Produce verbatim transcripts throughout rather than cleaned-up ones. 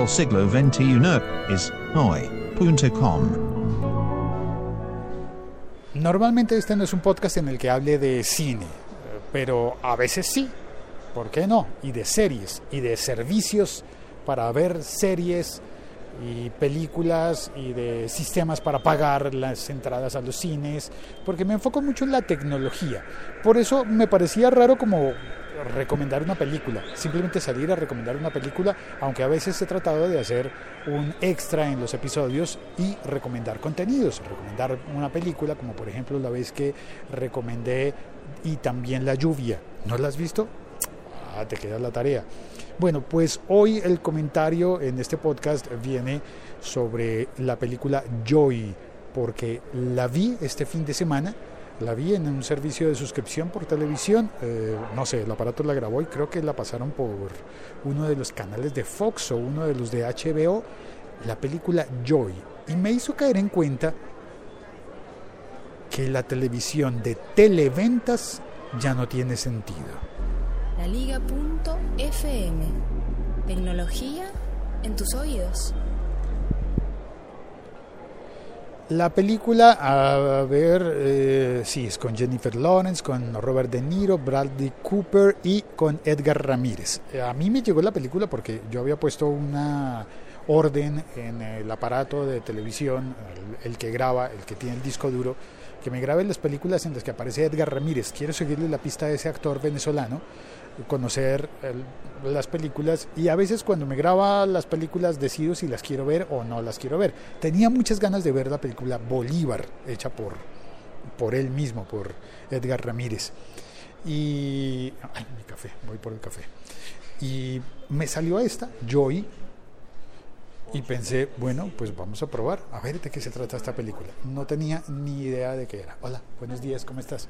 siglo veintiuno es hoy punto com. Normalmente este no es un podcast en el que hable de cine, pero a veces sí, ¿por qué no? Y de series, y de servicios para ver series y películas, y de sistemas para pagar las entradas a los cines, porque me enfoco mucho en la tecnología. Por eso me parecía raro como recomendar una película, simplemente salir a recomendar una película, aunque a veces he tratado de hacer un extra en los episodios y recomendar contenidos, recomendar una película, como por ejemplo la vez que recomendé Y también la lluvia. ¿No la has visto? Ah, te queda la tarea. Bueno, pues hoy el comentario en este podcast viene sobre la película Joy, porque la vi este fin de semana. La vi en un servicio de suscripción por televisión, eh, no sé, el aparato la grabó y creo que la pasaron por uno de los canales de Fox o uno de los de H B O, la película Joy. Y me hizo caer en cuenta que la televisión de televentas ya no tiene sentido. La Liga punto F M. Tecnología en tus oídos. La película, a ver, eh, sí, es con Jennifer Lawrence, con Robert De Niro, Bradley Cooper y con Edgar Ramírez. A mí me llegó la película porque yo había puesto una orden en el aparato de televisión, el, el que graba, el que tiene el disco duro, que me grabe las películas en las que aparece Edgar Ramírez. Quiero seguirle la pista a ese actor venezolano, conocer el, las películas, y a veces cuando me graba las películas decido si las quiero ver o no las quiero ver. Tenía muchas ganas de ver la película Bolívar, hecha por, por él mismo, por Edgar Ramírez. Y... ay, mi café, voy por el café. Y me salió esta, Joy, y pensé, bueno, pues vamos a probar, a ver de qué se trata esta película. No tenía ni idea de qué era. Hola, buenos días, ¿cómo estás?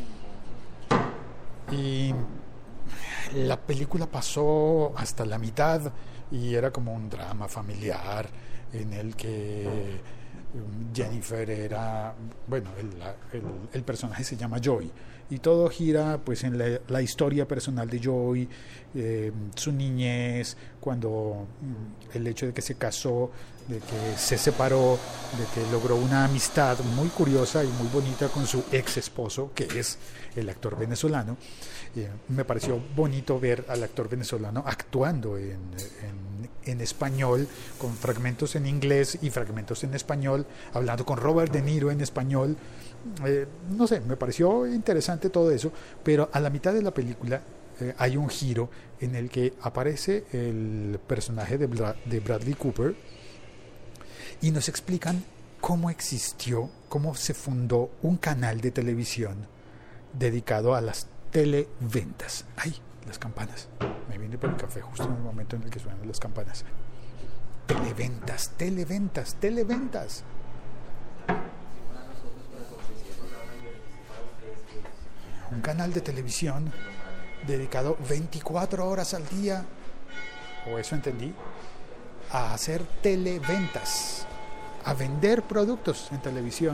Y la película pasó hasta la mitad y era como un drama familiar en el que Jennifer era, bueno, el, el, el personaje se llama Joy y todo gira pues en la, la historia personal de Joy, eh, su niñez, cuando el hecho de que se casó, de que se separó, de que logró una amistad muy curiosa y muy bonita con su ex esposo, que es el actor venezolano. Eh, me pareció bonito ver al actor venezolano actuando en, en, en español, con fragmentos en inglés y fragmentos en español, hablando con Robert De Niro en español. Eh, no sé, me pareció interesante todo eso, pero a la mitad de la película eh, hay un giro en el que aparece el personaje de, Bra- de Bradley Cooper y nos explican cómo existió, cómo se fundó un canal de televisión dedicado a las televentas. ¡Ay! Las campanas. Me vine por el café justo en el momento en el que suenan las campanas. Televentas, televentas, televentas. Un canal de televisión dedicado veinticuatro horas al día, o eso entendí, a hacer televentas, a vender productos en televisión.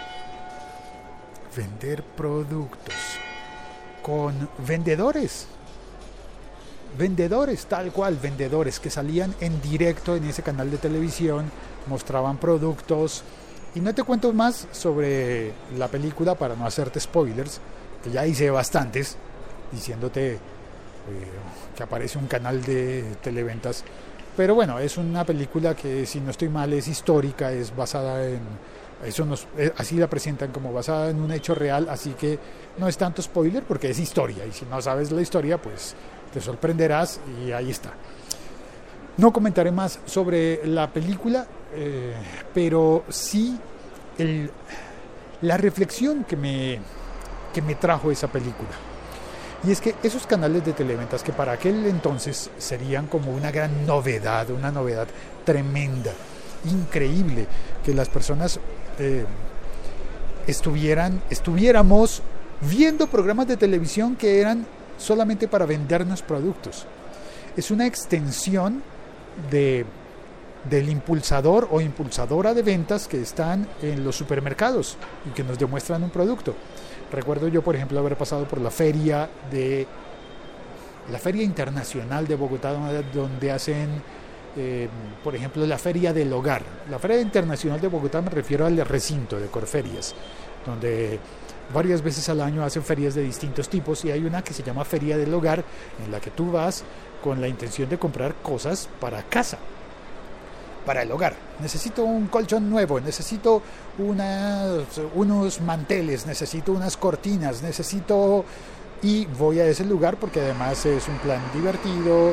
Vender productos con vendedores, vendedores tal cual, vendedores que salían en directo en ese canal de televisión, mostraban productos. Y no te cuento más sobre la película para no hacerte spoilers, que ya hice bastantes, diciéndote eh, que aparece un canal de televentas. Pero bueno, es una película que, si no estoy mal, es histórica, es basada en... eso nos, así la presentan, como basada en un hecho real, así que no es tanto spoiler porque es historia, y si no sabes la historia, pues te sorprenderás, y ahí está. No comentaré más sobre la película, eh, pero sí el, la reflexión que me, que me trajo esa película. Y es que esos canales de televentas, que para aquel entonces serían como una gran novedad, una novedad tremenda, increíble, que las personas eh, estuvieran, estuviéramos viendo programas de televisión que eran solamente para vendernos productos. Es una extensión de, del impulsador o impulsadora de ventas que están en los supermercados y que nos demuestran un producto. Recuerdo yo, por ejemplo, haber pasado por la feria de la Feria Internacional de Bogotá, donde hacen eh, por ejemplo, la Feria del Hogar. La Feria Internacional de Bogotá me refiero al recinto de Corferias, donde varias veces al año hacen ferias de distintos tipos, y hay una que se llama Feria del Hogar, en la que tú vas con la intención de comprar cosas para casa, para el hogar. Necesito un colchón nuevo, necesito unas, unos manteles, necesito unas cortinas, necesito... Y voy a ese lugar porque además es un plan divertido, eh,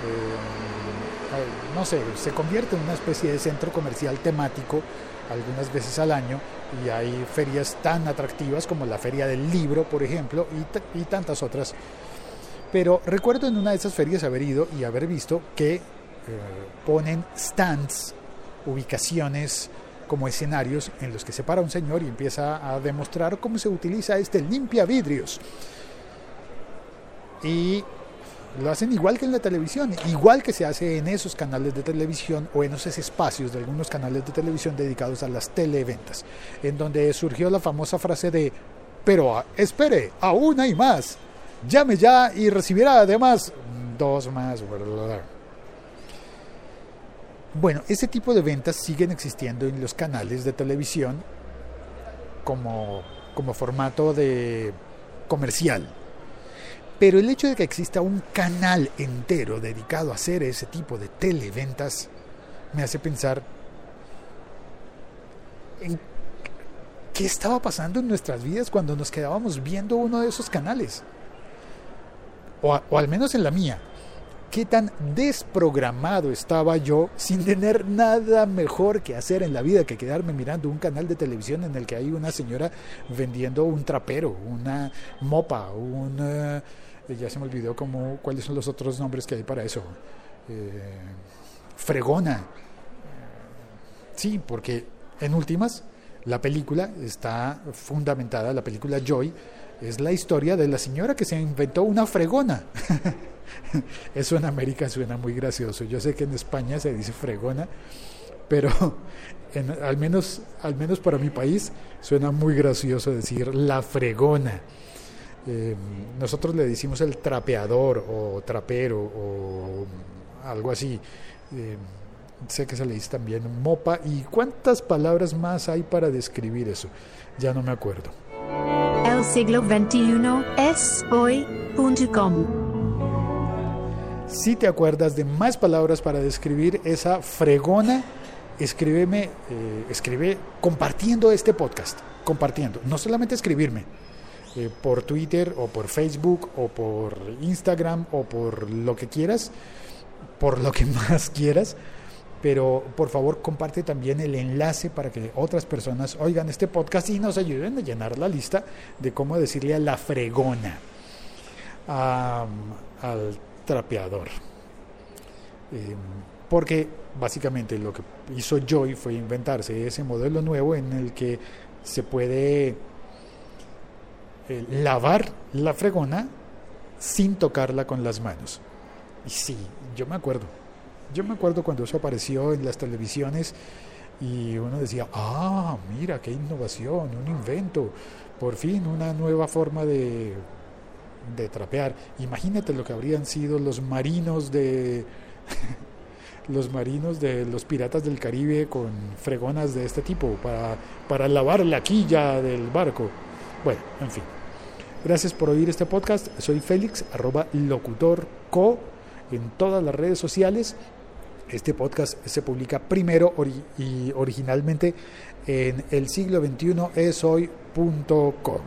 no sé, se convierte en una especie de centro comercial temático algunas veces al año, y hay ferias tan atractivas como la Feria del Libro, por ejemplo, y, t- y tantas otras. Pero recuerdo en una de esas ferias haber ido y haber visto que eh, ponen stands, ubicaciones como escenarios en los que se para un señor y empieza a demostrar cómo se utiliza este limpiavidrios. Y lo hacen igual que en la televisión, igual que se hace en esos canales de televisión o en esos espacios de algunos canales de televisión dedicados a las televentas, en donde surgió la famosa frase de: pero espere, aún hay más, llame ya y recibirá además dos más. Bueno, ese tipo de ventas siguen existiendo en los canales de televisión como, como formato de comercial. Pero el hecho de que exista un canal entero dedicado a hacer ese tipo de televentas me hace pensar en qué estaba pasando en nuestras vidas cuando nos quedábamos viendo uno de esos canales. O, a, o al menos en la mía. Qué tan desprogramado estaba yo sin tener nada mejor que hacer en la vida que quedarme mirando un canal de televisión en el que hay una señora vendiendo un trapero, una mopa, una... ya se me olvidó cómo, cuáles son los otros nombres que hay para eso. Eh, fregona. Sí, porque en últimas la película está fundamentada, la película Joy es la historia de la señora que se inventó una fregona. Eso en América suena muy gracioso. Yo sé que en España se dice fregona, pero en, al menos, al menos para mi país suena muy gracioso decir la fregona. Eh, nosotros le decimos el trapeador o trapero o algo así. Eh, sé que se le dice también mopa. ¿Y cuántas palabras más hay para describir eso? Ya no me acuerdo. El siglo veintiuno es hoy punto com. Si te acuerdas de más palabras para describir esa fregona, escríbeme, eh, escribe compartiendo este podcast, compartiendo, no solamente escribirme eh, por Twitter o por Facebook o por Instagram o por lo que quieras, por lo que más quieras, pero por favor comparte también el enlace para que otras personas oigan este podcast y nos ayuden a llenar la lista de cómo decirle a la fregona, a, al trapeador, eh, porque básicamente lo que hizo Joy fue inventarse ese modelo nuevo en el que se puede eh, lavar la fregona sin tocarla con las manos. Y sí, yo me acuerdo yo me acuerdo cuando eso apareció en las televisiones y uno decía: ah, mira, qué innovación, un invento, por fin una nueva forma de de trapear. Imagínate lo que habrían sido los marinos de los marinos de los piratas del Caribe con fregonas de este tipo para, para lavar la quilla del barco. Bueno, en fin. Gracias por oír este podcast. Soy Félix, arroba locutorco en todas las redes sociales. Este podcast se publica primero ori- y originalmente en el siglo veintiuno es hoy punto com.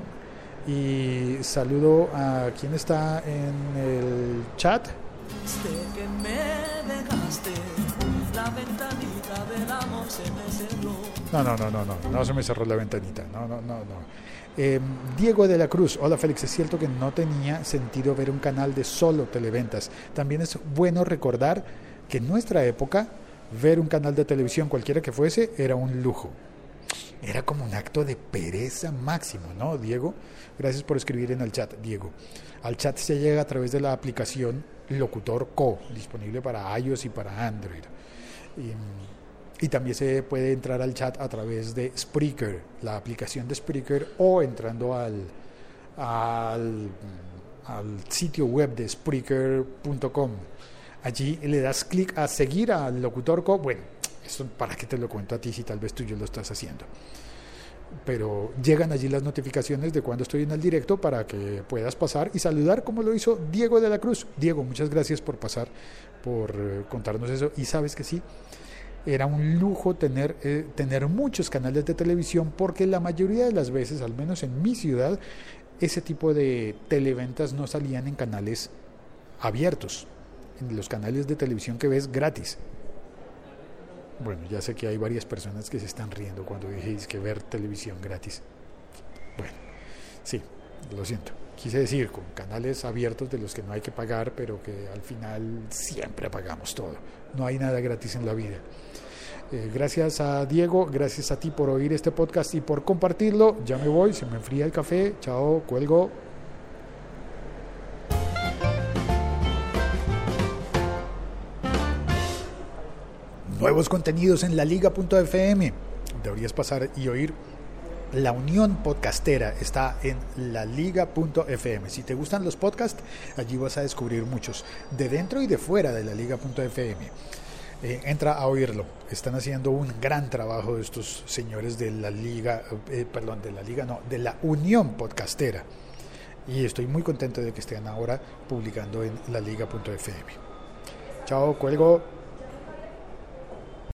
Y saludo a quien está en el chat. Que me dejaste, la ventanita del amor se me cerró. No, no, no, no, no, no se me cerró la ventanita. No, no, no, no. Eh, Diego de la Cruz. Hola Félix, es cierto que no tenía sentido ver un canal de solo televentas. También es bueno recordar que en nuestra época ver un canal de televisión cualquiera que fuese era un lujo. Era como un acto de pereza máximo, ¿no, Diego? Gracias por escribir en el chat, Diego. Al chat se llega a través de la aplicación Locutor Co, disponible para iOS y para Android. Y, y también se puede entrar al chat a través de Spreaker, la aplicación de Spreaker, o entrando al, al, al sitio web de Spreaker punto com. Allí le das clic a seguir al Locutorco. Bueno, esto para qué te lo cuento a ti si tal vez tú ya lo estás haciendo. Pero llegan allí las notificaciones de cuando estoy en el directo para que puedas pasar y saludar como lo hizo Diego de la Cruz. Diego, muchas gracias por pasar, por eh, contarnos eso. Y sabes que sí, era un lujo tener, eh, tener muchos canales de televisión, porque la mayoría de las veces, al menos en mi ciudad, ese tipo de televentas no salían en canales abiertos, en los canales de televisión que ves gratis. Bueno, ya sé que hay varias personas que se están riendo cuando dijéis que ver televisión gratis. Bueno, sí, lo siento. Quise decir, con canales abiertos de los que no hay que pagar, pero que al final siempre pagamos todo. No hay nada gratis en la vida. Eh, gracias a Diego, gracias a ti por oír este podcast y por compartirlo. Ya me voy, se me enfría el café. Chao, cuelgo. Nuevos contenidos en laliga punto efe eme. Deberías pasar y oír. La Unión Podcastera está en laliga punto efe eme. Si te gustan los podcasts, allí vas a descubrir muchos, de dentro y de fuera de laliga punto efe eme. Eh, entra a oírlo. Están haciendo un gran trabajo estos señores de la Liga, eh, perdón, de la Liga, no, de la Unión Podcastera. Y estoy muy contento de que estén ahora publicando en laliga punto efe eme. Chao, cuelgo.